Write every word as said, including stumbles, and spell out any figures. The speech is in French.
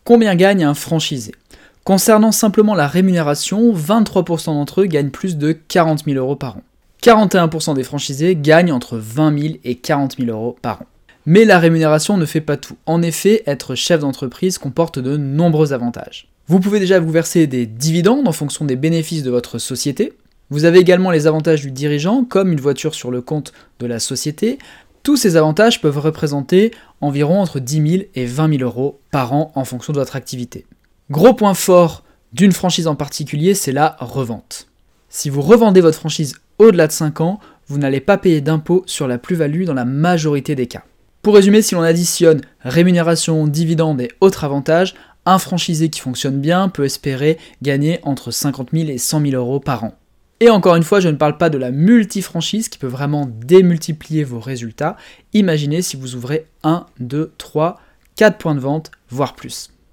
Combien gagne un franchisé ? Concernant simplement la rémunération, vingt-trois pour cent d'entre eux gagnent plus de quarante mille euros par an. quarante et un pour cent des franchisés gagnent entre vingt mille et quarante mille euros par an. Mais la rémunération ne fait pas tout. En effet, être chef d'entreprise comporte de nombreux avantages. Vous pouvez déjà vous verser des dividendes en fonction des bénéfices de votre société. Vous avez également les avantages du dirigeant, comme une voiture sur le compte de la société. Tous ces avantages peuvent représenter environ entre dix mille et vingt mille euros par an en fonction de votre activité. Gros point fort d'une franchise en particulier, c'est la revente. Si vous revendez votre franchise au-delà de cinq ans, vous n'allez pas payer d'impôt sur la plus-value dans la majorité des cas. Pour résumer, si l'on additionne rémunération, dividendes et autres avantages, un franchisé qui fonctionne bien peut espérer gagner entre cinquante mille et cent mille euros par an. Et encore une fois, je ne parle pas de la multifranchise qui peut vraiment démultiplier vos résultats. Imaginez si vous ouvrez un, deux, trois, quatre points de vente, voire plus.